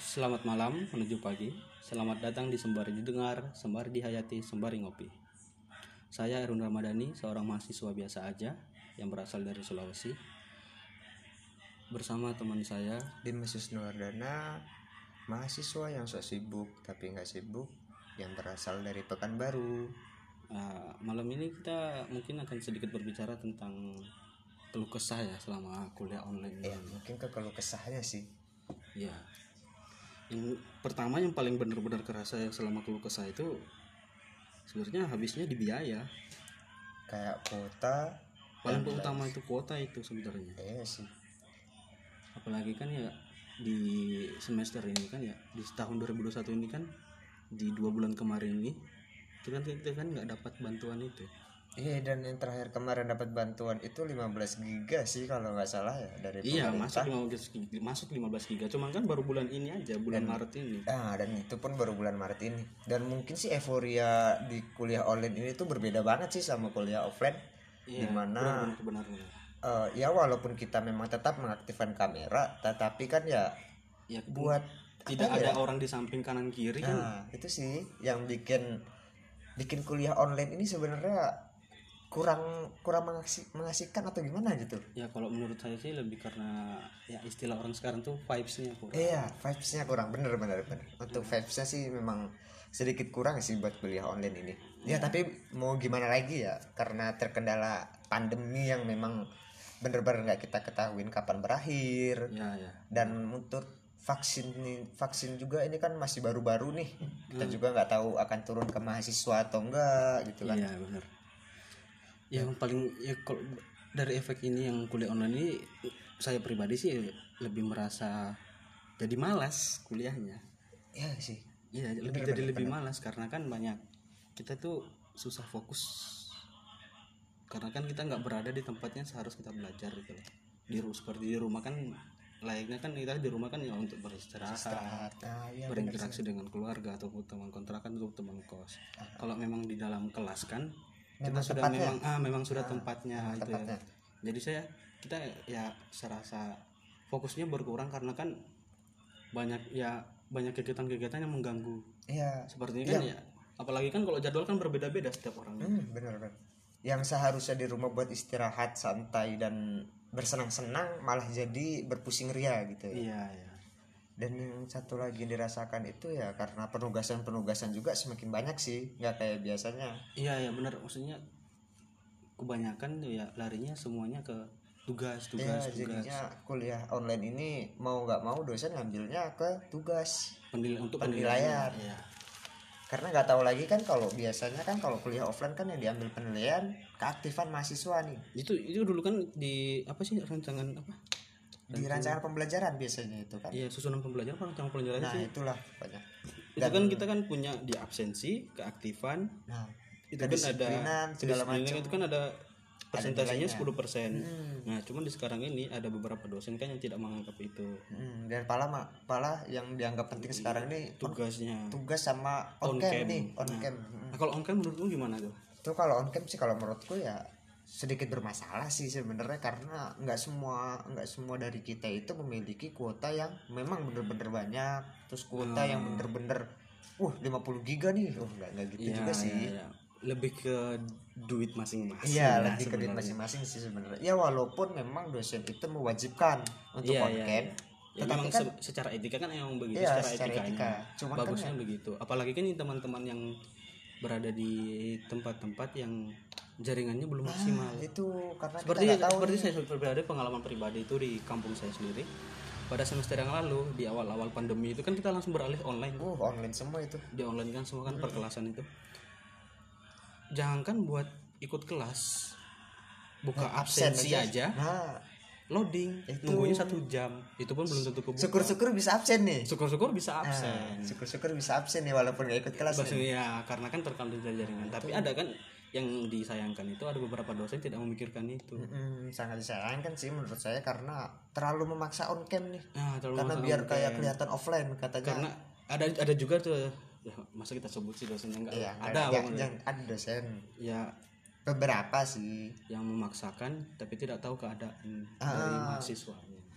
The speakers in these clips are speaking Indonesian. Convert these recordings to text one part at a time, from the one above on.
Selamat malam menuju pagi. Selamat datang di Sembari Didengar, Sembari Dihayati, Sembari Ngopi. Saya Erun Ramadhani, seorang mahasiswa biasa aja yang berasal dari Sulawesi. Bersama teman saya Dimas Wisnuwardana, mahasiswa yang sok sibuk tapi nggak sibuk, yang berasal dari Pekanbaru. Malam ini kita mungkin akan sedikit berbicara tentang keluh kesah ya selama kuliah online ini. Mungkin ke keluh kesahnya sih. Ya. Yang pertama yang paling benar-benar kerasa yang selama keluh kesah itu sebenarnya habisnya di biaya. Kayak kuota. Paling utama itu kuota itu sebenarnya. Iya sih. Apalagi kan ya di semester ini kan ya di tahun 2021 ini kan di 2 bulan kemarin ini kita kan nggak dapat bantuan itu. Iya, dan yang terakhir kemarin dapat bantuan itu 15 giga sih kalau nggak salah ya dari pemerintah. Iya, masuk 15 giga, cuman kan baru bulan ini aja, bulan Maret ini. Dan itu pun baru bulan Maret ini. Dan mungkin sih euforia di kuliah online ini tuh berbeda banget sih sama kuliah offline. Iya, dimana benar. Ya walaupun kita memang tetap mengaktifkan kamera, tetapi kan ya buat tidak ada orang di samping kanan kiri kan. Itu sih yang bikin kuliah online ini sebenarnya kurang mengasihkan atau gimana gitu. Ya kalau menurut saya sih lebih karena ya istilah orang sekarang tuh vibes-nya kurang. Iya, vibes-nya kurang, bener. Untuk vibes-nya sih memang sedikit kurang sih buat kuliah online ini. Ya tapi mau gimana lagi ya, karena terkendala pandemi yang memang bener-bener nggak kita ketahuin kapan berakhir. Ya. Dan untuk vaksin juga ini kan masih baru-baru nih. Kita juga nggak tahu akan turun ke mahasiswa atau enggak gitu kan. Iya benar. Yang paling ya kalau dari efek ini yang kuliah online ini saya pribadi sih lebih merasa jadi malas kuliahnya. Iya sih. Iya, lebih malas karena kan banyak kita tuh susah fokus. Karena kan kita nggak berada di tempatnya seharusnya kita belajar gitu loh. Seperti di rumah kan layaknya kan kita di rumah kan ya untuk beristirahat, berinteraksi dengan keluarga ataupun teman kontrakan atau teman kos. Kalau memang di dalam kelas kan kita sudah memang sudah tempatnya itu ya. Jadi kita ya serasa fokusnya berkurang karena kan banyak kegiatan-kegiatan yang mengganggu. Iya. Seperti ini kan ya. Apalagi kan kalau jadwal kan berbeda-beda setiap orang. Benar. Yang seharusnya di rumah buat istirahat, santai dan bersenang-senang malah jadi berpusing ria gitu ya. Iya. Dan yang satu lagi yang dirasakan itu ya karena penugasan juga semakin banyak sih, nggak kayak biasanya. Iya benar, maksudnya kebanyakan tuh ya larinya semuanya ke tugas. Jadinya kuliah online ini mau nggak mau dosen ngambilnya ke tugas untuk penilaian. Iya. Karena nggak tahu lagi kan kalau biasanya kan kalau kuliah offline kan yang diambil penilaian keaktifan mahasiswa nih. Itu dulu kan di apa sih rancangan apa? Di rancangan pembelajaran biasanya itu kan. Iya, susunan pembelajaran rancangan pembelajaran sih. Itulah banyak. Itu kan kita kan punya di absensi, keaktifan. Itu kan ada segala macam. Itu kan ada persentasenya 10%. Nah, cuman di sekarang ini ada beberapa dosen kan yang tidak menganggap itu. Dan pala yang dianggap penting sekarang ini tugas sama on cam nih, on cam. Nah, kalau on cam menurutmu gimana tuh? Tuh kalau on cam sih kalau menurutku ya sedikit bermasalah sih sebenarnya karena nggak semua dari kita itu memiliki kuota yang memang bener-bener banyak, terus kuota yang bener-bener 50 giga nih, nggak gitu juga sih. Iya. Lebih ke duit masing-masing. Iya, lebih ke duit masing-masing sih sebenarnya. Ya walaupun memang dosen itu mewajibkan untuk on cam. Tetapi kan secara etika kan emang begitu, secara etika. Cuman bagusnya kan begitu. Apalagi kan teman-teman yang berada di tempat-tempat yang jaringannya belum maksimal. Itu karena seperti saya pribadi, pengalaman pribadi itu di kampung saya sendiri. Pada semester yang lalu di awal-awal pandemi itu kan kita langsung beralih online. Online semua itu. Di online kan semua kan perkelasan itu. Jangankan buat ikut kelas, buka absensi aja. Loading nunggunya 1 jam, itu pun belum tentu kebuka. Syukur-syukur bisa absen nih. Syukur-syukur bisa absen nih walaupun nggak ikut kelas. Ya karena kan terkandung dari jaringan. Tapi ada kan yang disayangkan itu ada beberapa dosen tidak memikirkan itu. Sangat disayangkan sih menurut saya karena terlalu memaksa on cam nih. Karena biar kayak kelihatan offline katanya. Karena ada juga tuh. Ya, masa kita sebut sih dosennya enggak? Iya, ada dosen. Ya beberapa sih yang memaksakan tapi tidak tahu keadaan dari mahasiswanya.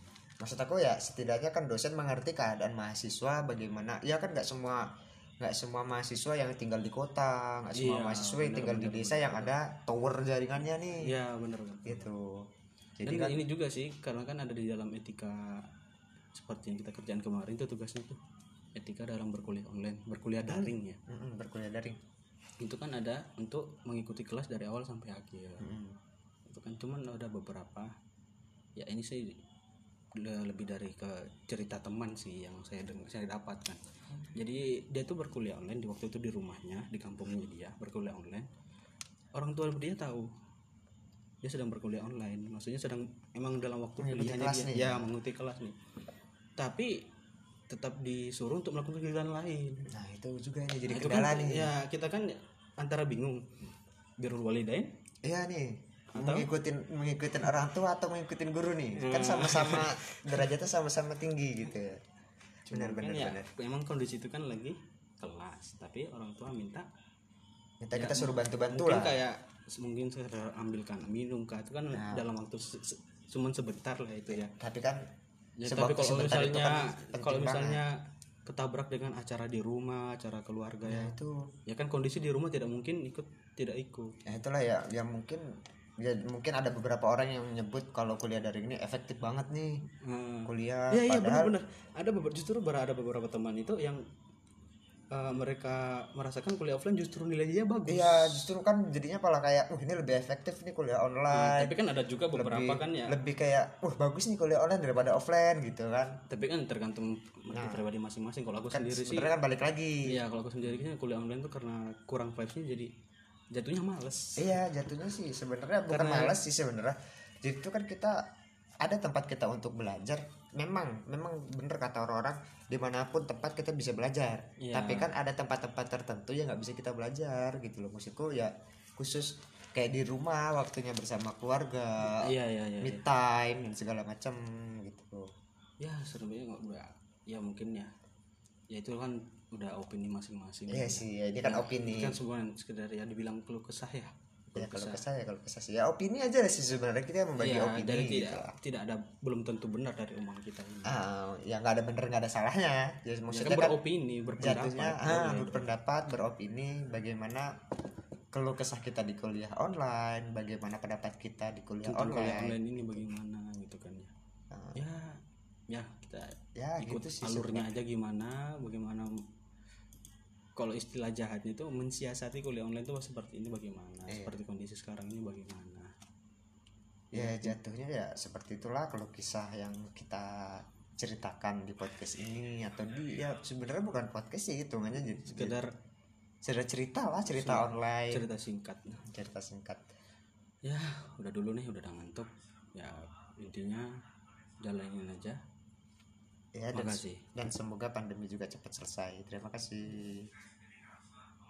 maksud aku ya setidaknya kan dosen mengerti keadaan mahasiswa bagaimana, ya kan nggak semua mahasiswa yang tinggal di kota, nggak semua Iya, mahasiswa yang tinggal di desa yang ada tower jaringannya nih. Iya benar. Gitu. Dan Jadi kan ini juga sih karena kan ada di dalam etika seperti yang kita kerjaan kemarin tuh tugasnya tuh etika dalam berkuliah online, berkuliah daring ya. berkuliah daring. Itu kan ada untuk mengikuti kelas dari awal sampai akhir. Itu kan cuman ada beberapa ya, ini sih lebih dari ke cerita teman sih yang saya dapatkan. Jadi dia tuh berkuliah online di waktu itu di rumahnya, di kampungnya dia berkuliah online. Orang tua dia tahu dia sedang berkuliah online, maksudnya sedang emang dalam waktu kuliahnya dia mengikuti kelas nih. Tapi tetap disuruh untuk melakukan kegiatan lain. Nah, itu juga nih jadi kan, kendala nih. Ya, kita kan antara bingung birrul walidain. Iya nih. Mengikutin orang tua atau mengikutin guru nih. Kan sama-sama derajatnya sama-sama tinggi gitu ya. Benar. Memang kondisi itu kan lagi kelas, tapi orang tua minta kita suruh bantu-bantu mungkin lah. Kayak mungkin saya ambilkan minum kah, itu kan dalam waktu cuman sebentar lah itu ya. Tapi kan tapi kalau misalnya ketabrak dengan acara di rumah, acara keluarga itu ya kan kondisi di rumah tidak mungkin tidak ikut. Ya itulah ya mungkin ada beberapa orang yang menyebut kalau kuliah daring ini efektif banget nih. Kuliah iya benar. Ada beberapa teman itu yang mereka merasakan kuliah offline justru nilainya bagus. Iya, justru kan jadinya malah kayak ini lebih efektif nih kuliah online. Tapi kan ada juga beberapa kan ya lebih kayak bagus nih kuliah online daripada offline gitu kan. Tapi kan tergantung pribadi masing-masing. Kalau aku kan sendiri sih sebenarnya kan balik lagi. Iya, kalau aku sendiri kan kuliah online tuh karena kurang vibes-nya, jadi jatuhnya males. Iya, jatuhnya sih sebenarnya bukan males sih sebenarnya. Jadi itu kan kita ada tempat kita untuk belajar. Memang bener kata orang-orang, dimanapun tempat kita bisa belajar. Tapi kan ada tempat-tempat tertentu yang nggak bisa kita belajar gitu loh. Maksudku ya khusus kayak di rumah waktunya bersama keluarga, me time dan segala macam gitu. Ya sebenarnya nggak ya mungkin ya itu kan udah opini masing-masing. Iya sih, ya, ini kan opini. Kan semua sekedar ya dibilang keluh kesah ya. Kalau kesah sih ya opini aja sih sebenarnya, kita membagi opini. Dari tidak ada, belum tentu benar dari omong kita ini. Ya nggak ada benar, nggak ada salahnya. Jadi maksudnya kan beropini, berpendapat, beropini bagaimana keluh kesah kita di kuliah online, bagaimana pendapat kita di kuliah online. Kuliah online ini bagaimana gitu kan ya. Ya kita ikut gitu sih, alurnya aja gimana, bagaimana. Kalau istilah jahatnya itu mensiasati kuliah online itu seperti ini bagaimana, seperti kondisi sekarang ini bagaimana. Ya jatuhnya ya seperti itulah kalau kisah yang kita ceritakan di podcast ini, atau ya sebenarnya bukan podcast sih hitungannya, jadi sekedar cerita online, cerita singkat. Ya udah dulu nih, udah ngantuk ya, intinya jalanin aja. Ya, dan semoga pandemi juga cepat selesai. Terima kasih.